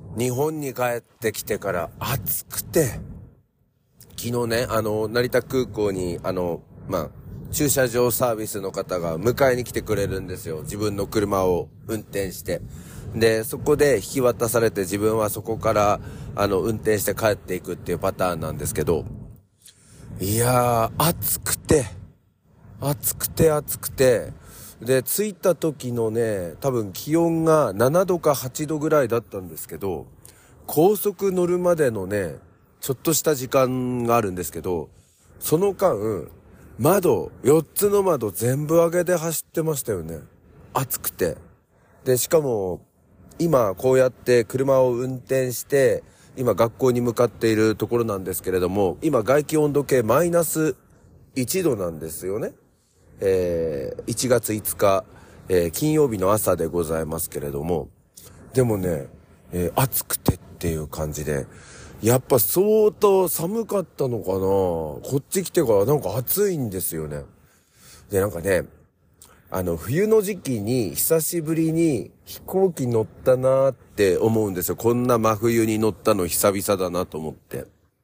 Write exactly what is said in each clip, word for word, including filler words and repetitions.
日本に帰ってきてから暑くて、昨日ね、あの、成田空港に、あの、まあ、駐車場サービスの方が迎えに来てくれるんですよ。自分の車を運転して。で、そこで引き渡されて自分はそこから、あの、運転して帰っていくっていうパターンなんですけど、いやー、暑くて、暑くて暑くて、で、着いた時のね、多分気温がななどかはちどぐらいだったんですけど、高速乗るまでのね、ちょっとした時間があるんですけど、その間、窓、よっつの窓全部上げて走ってましたよね。暑くて。で、しかも、今こうやって車を運転して、今学校に向かっているところなんですけれども、今外気温度計マイナスいちどなんですよね。えー、いちがついつか、えー、金曜日の朝でございますけれども、でもね、えー、暑くてっていう感じで、やっぱ相当寒かったのかな。こっち来てからなんか暑いんですよね。で、なんかね、あの、冬の時期に久しぶりに飛行機乗ったなーって思うんですよ。こんな真冬に乗ったの久々だなと思って。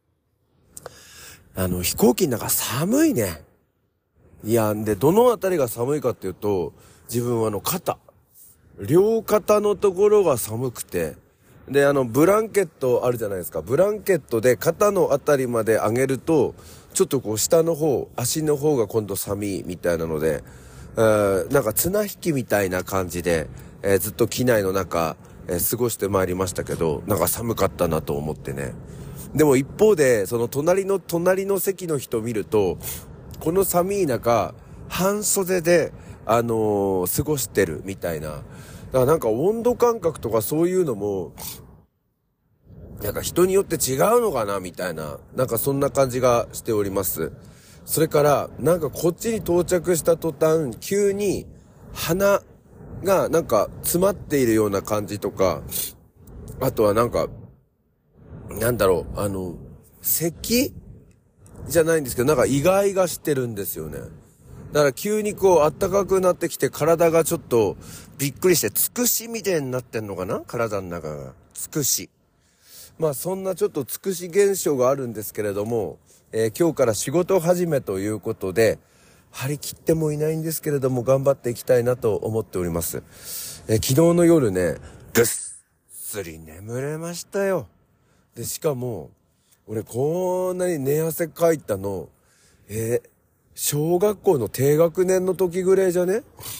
あの、飛行機の中寒いね。いや、んで、どのあたりが寒いかっていうと、自分はあの、肩。両肩のところが寒くて、で、あの、ブランケットあるじゃないですか。ブランケットで肩のあたりまで上げると、ちょっとこう下の方、足の方が今度寒いみたいなので、えー、なんか綱引きみたいな感じで、えー、ずっと機内の中、えー、過ごしてまいりましたけど、なんか寒かったなと思ってね。でも一方で、その隣の隣の席の人を見ると、この寒い中、半袖で、あのー、過ごしてるみたいな。だからなんか温度感覚とかそういうのも、なんか人によって違うのかなみたいな、なんかそんな感じがしております。それから、なんかこっちに到着した途端、急に鼻がなんか詰まっているような感じとか、あとはなんか、なんだろう、あの、咳じゃないんですけど、なんかイガイガしてるんですよね。だから急にこう暖かくなってきて体がちょっとびっくりして、つくしみたいになってんのかな、体の中が。つくし。まあそんなちょっとつくし現象があるんですけれども、えー、今日から仕事始めということで、張り切ってもいないんですけれども頑張っていきたいなと思っております。えー、昨日の夜ね、ぐっすり眠れましたよ。で、しかも、俺こんなに寝汗かいたの、えー、小学校の低学年の時ぐらいじゃね？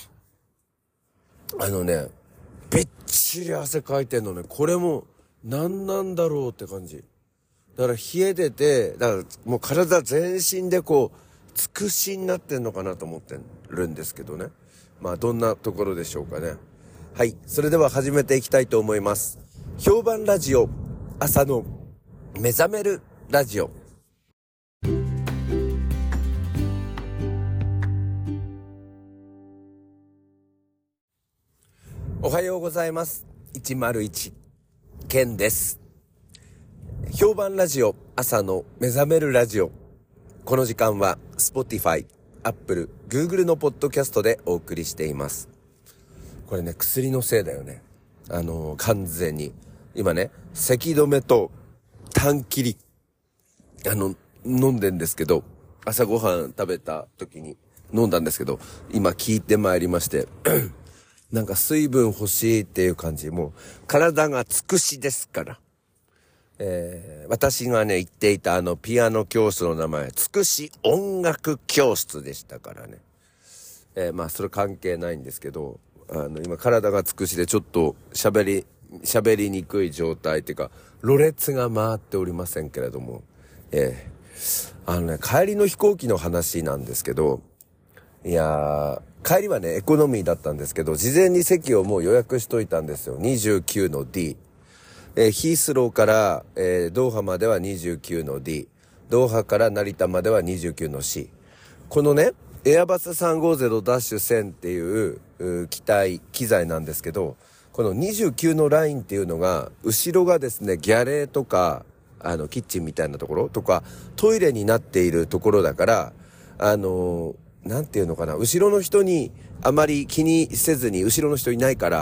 あのね、べっちり汗かいてんのね、これも何なんだろうって感じ。だから冷えてて、だからもう体全身でこう、つくしになってんのかなと思ってるんですけどね。まあどんなところでしょうかね。はい、それでは始めていきたいと思います。評判ラジオ、朝の目覚めるラジオ。おはようございます。いちまるいち、ケンです。評判ラジオ、朝の目覚めるラジオ。この時間は Spotify、Apple、Google のポッドキャストでお送りしています。これね、薬のせいだよね。あのー、完全に。今ね、咳止めと痰切り、あの、飲んでんですけど、朝ごはん食べた時に飲んだんですけど、今聞いてまいりまして、なんか水分欲しいっていう感じ。もう体がつくしですから。えー、私がね言っていたあのピアノ教室の名前、つくし音楽教室でしたからね。えー、まあそれ関係ないんですけど、あの今体がつくしでちょっと喋り喋りにくい状態っていうか、ろれつが回っておりませんけれども、えー、あのね帰りの飛行機の話なんですけど、いやー、帰りはねエコノミーだったんですけど、事前に席をもう予約しといたんですよ。にじゅうきゅうの ディー、えー、ヒースローから、えー、ドーハまではにじゅうきゅうの ディー、ドーハから成田まではにじゅうきゅうの シー。 このねエアバス さんごゼロダッシュせんっていう機体機材なんですけど、このにじゅうきゅうのラインっていうのが、後ろがですねギャレーとかあのキッチンみたいなところとかトイレになっているところだから、あのーなんていうのかな、後ろの人にあまり気にせずに、後ろの人いないから、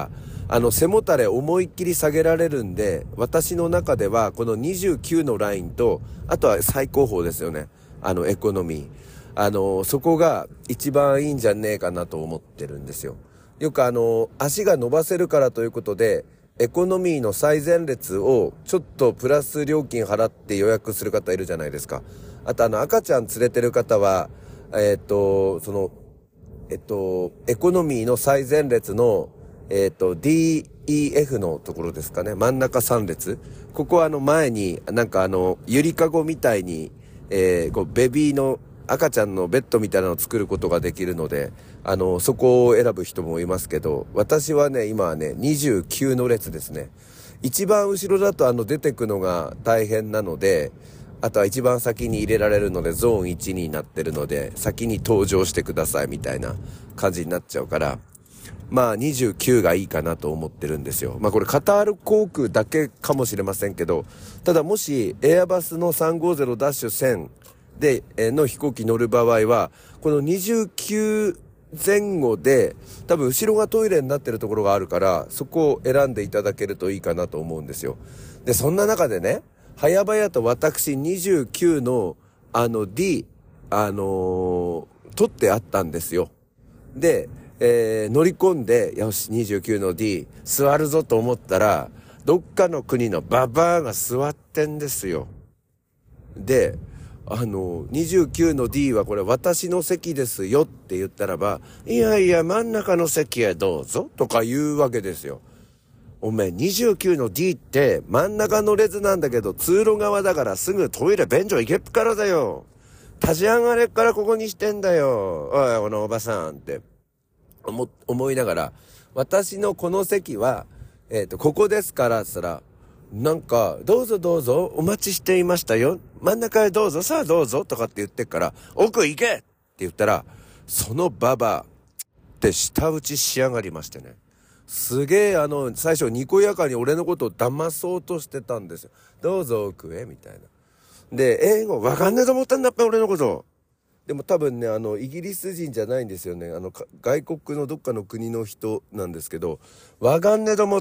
あの、背もたれ思いっきり下げられるんで、私の中ではこのにじゅうきゅうのラインと、あとは最高峰ですよね。あの、エコノミー。あの、そこが一番いいんじゃねえかなと思ってるんですよ。よくあの、足が伸ばせるからということで、エコノミーの最前列をちょっとプラス料金払って予約する方いるじゃないですか。あとあの、赤ちゃん連れてる方は、えっと、その、えっと、エコノミーの最前列の、えっと、ディーイーエフ のところですかね。真ん中さん列。ここはあの前に、なんかあの、ゆりかごみたいに、えー、こう、ベビーの赤ちゃんのベッドみたいなのを作ることができるので、あの、そこを選ぶ人もいますけど、私はね、今はね、にじゅうきゅうの列ですね。一番後ろだとあの、出てくのが大変なので、あとは一番先に入れられるので、ゾーンいちになってるので、先に登場してくださいみたいな感じになっちゃうから、まあにじゅうきゅうがいいかなと思ってるんですよ。まあこれカタール航空だけかもしれませんけど、ただもしエアバスの さんごーぜろせん で、えの飛行機乗る場合は、このにじゅうきゅうぜん後で、多分後ろがトイレになってるところがあるから、そこを選んでいただけるといいかなと思うんですよ。で、そんな中でね、早々と私にじゅうきゅうのあの D、あのー、取ってあったんですよ。で、えー、乗り込んで、よし、にじゅうきゅうの D、座るぞと思ったら、どっかの国のババアが座ってんですよ。で、あの、にじゅうきゅうの D はこれ私の席ですよって言ったらば、いやいや、真ん中の席へどうぞとか言うわけですよ。おめえ、にじゅうきゅうの D って真ん中の列なんだけど、通路側だからすぐトイレ便所行けっからだよ。立ち上がれっからここにしてんだよ。おい、このおばさんって。思、思いながら、私のこの席は、えっと、ここですから、つったら、なんか、どうぞどうぞ、お待ちしていましたよ。真ん中へどうぞ、さあどうぞ、とかって言ってっから、奥行けって言ったら、そのババアって舌打ちしやがりましてね。すげえ、あの、最初にこやかに俺のことを騙そうとしてたんですよ。どうぞ奥へ、みたいな。で、英語わかんねえと思ったんだっぺ、俺のこと。でも多分ね、あの、イギリス人じゃないんですよね。あの、外国のどっかの国の人なんですけど、わかんねえと思って、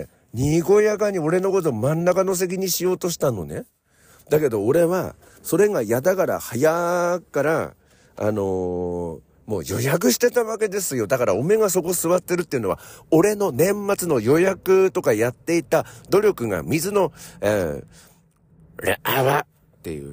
にこやかに俺のこと真ん中の席にしようとしたのね。だけど俺は、それが嫌だから、早から、あのー、もう予約してたわけですよ。だからおめがそこ座ってるっていうのは、俺の年末の予約とかやっていた努力が水の、えー、レアワっていう、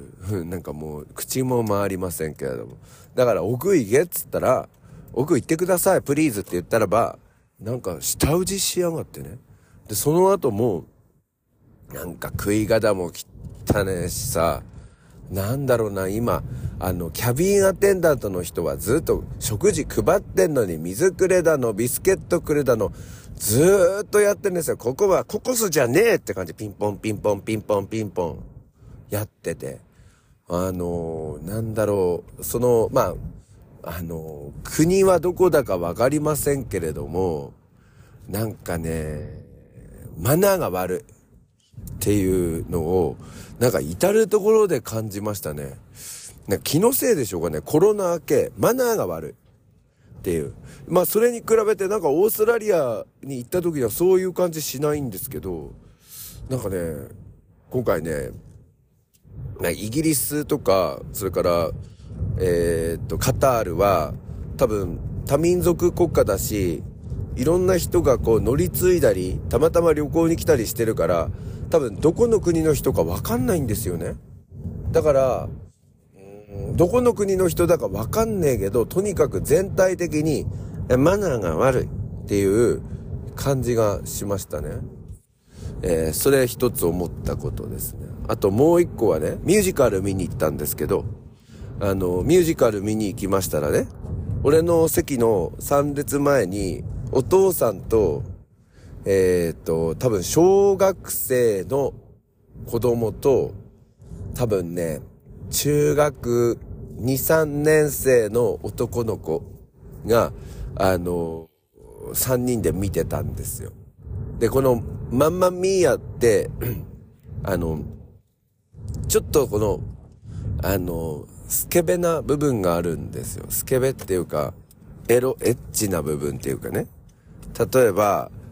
なんかもう口も回りませんけれども。だから奥行けっつったら、奥行ってください、プリーズって言ったらば、なんか舌打ちしやがってね。で、その後も、なんか食い方も汚ねえしさ、なんだろうな、今、あの、キャビンアテンダントの人はずっと食事配ってんのに、水くれだの、ビスケットくれだの、ずーっとやってんですよ。ここはココスじゃねえって感じ。ピンポンピンポンピンポンピンポン。やってて。あのー、なんだろう、その、まあ、あのー、国はどこだかわかりませんけれども、なんかね、マナーが悪いっていうのを、なんか至るところで感じましたね。なんか気のせいでしょうかね。コロナ明け、マナーが悪いっていう。まあそれに比べてなんかオーストラリアに行った時にはそういう感じしないんですけど、なんかね、今回ね、イギリスとか、それから、えー、っと、カタールは、多分、多民族国家だし、いろんな人がこう乗り継いだり、たまたま旅行に来たりしてるから、多分どこの国の人かわかんないんですよね。だから、うん、どこの国の人だかわかんねえけど、とにかく全体的にマナーが悪いっていう感じがしましたね。えー、それ一つ思ったことですね。あともう一個はね、ミュージカル見に行ったんですけど、あの、ミュージカル見に行きましたらね、俺の席のさん列前に、お父さんと、えっと、多分小学生の子供と、多分ね、中学に、さんねん生の男の子が、あの、さんにんで見てたんですよ。で、このマンマミーヤって、あの、ちょっとこの、あの、スケベな部分があるんですよ。スケベっていうか、エロ、エッチな部分っていうかね。例えば、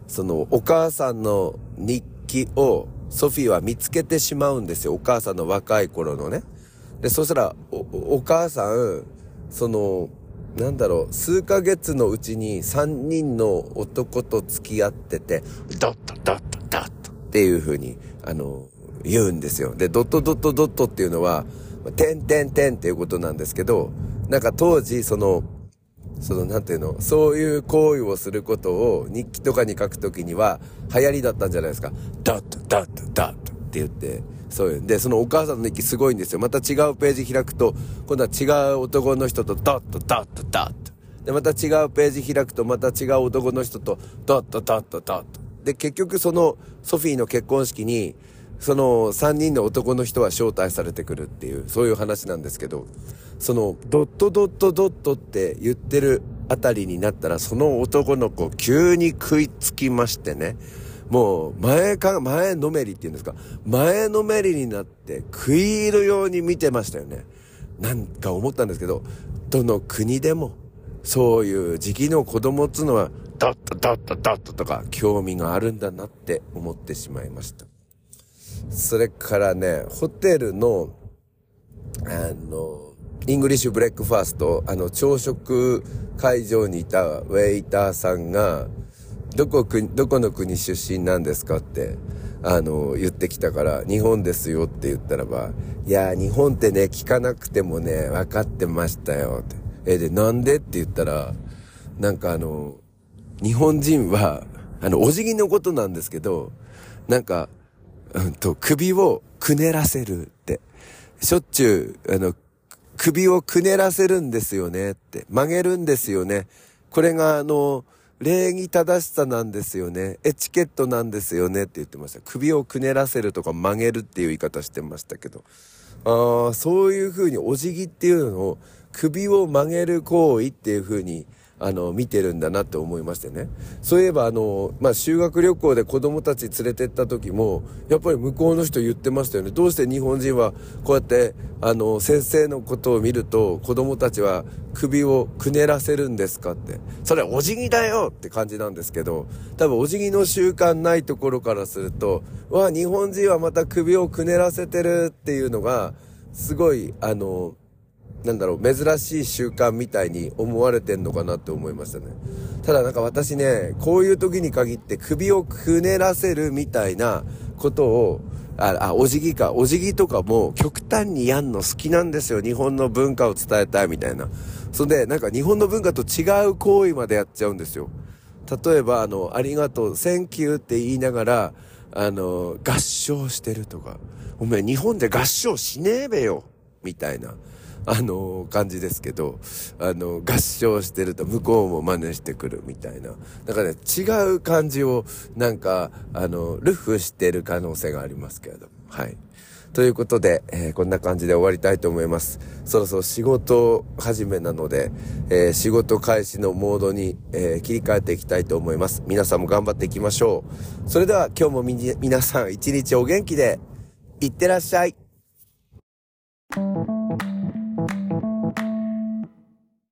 そのお母さんの日記をソフィーは見つけてしまうんですよ。お母さんの若い頃のね。で、そしたらお、お母さん、その、なんだろう、数ヶ月のうちにさんにんの男と付き合ってて、ドットドットドットっていう風に、あの、言うんですよ。で、ドットドットドットっていうのは、てんてんてんっていうことなんですけど、なんか当時、その、その、なんていうの、そういう行為をすることを日記とかに書くときには流行りだったんじゃないですか。ドットドットドットって言って、そういう。で、そのお母さんの日記すごいんですよ。また違うページ開くと、今度は違う男の人とドットドットドット。で、また違うページ開くと、また違う男の人とドットドットドット。で、結局そのソフィーの結婚式に、そのさんにんの男の人は招待されてくるっていう、そういう話なんですけど、そのドットドットドットって言ってるあたりになったら、その男の子急に食いつきましてね、もう前か、前のめりっていうんですか、前のめりになって食い入るように見てましたよね。なんか思ったんですけど、どの国でもそういう時期の子供っつうのはドットドットドットとか興味があるんだなって思ってしまいました。それからね、ホテルの、あの、イングリッシュブレックファースト、あの、朝食会場にいたウェイターさんが、どこく、どこの国出身なんですかって、あの、言ってきたから、日本ですよって言ったらば、いや、日本ってね、聞かなくてもね、分かってましたよって。え、で、なんでって言ったら、なんかあの、日本人は、あの、お辞儀のことなんですけど、なんか、うんと、首をくねらせるって。しょっちゅう、あの、首をくねらせるんですよねって。曲げるんですよね。これがあの、礼儀正しさなんですよね。エチケットなんですよねって言ってました。首をくねらせるとか曲げるっていう言い方してましたけど。ああ、そういう風にお辞儀っていうのを首を曲げる行為っていう風にあの、見てるんだなって思いましてね。そういえばあの、まあ、修学旅行で子供たち連れてった時も、やっぱり向こうの人言ってましたよね。どうして日本人はこうやって、あの、先生のことを見ると、子供たちは首をくねらせるんですかって。それお辞儀だよって感じなんですけど、多分お辞儀の習慣ないところからすると、わ、日本人はまた首をくねらせてるっていうのが、すごい、あの、なんだろう、珍しい習慣みたいに思われてんのかなって思いましたね。ただなんか私ね、こういう時に限って首をくねらせるみたいなことを、あ、あ、お辞儀か、お辞儀とかも極端にやんの好きなんですよ。日本の文化を伝えたいみたいな。そんで、なんか日本の文化と違う行為までやっちゃうんですよ。例えば、あの、ありがとう、センキューって言いながら、あの、合唱してるとか。お前日本で合唱しねえべよみたいな。あの感じですけど、あの合唱してると向こうも真似してくるみたいな。だからね、違う感じをなんかあのルフしてる可能性がありますけれども、はい。ということで、えー、こんな感じで終わりたいと思います。そろそろ仕事始めなので、えー、仕事開始のモードに、えー、切り替えていきたいと思います。皆さんも頑張っていきましょう。それでは今日もみ皆さん一日お元気でいってらっしゃい。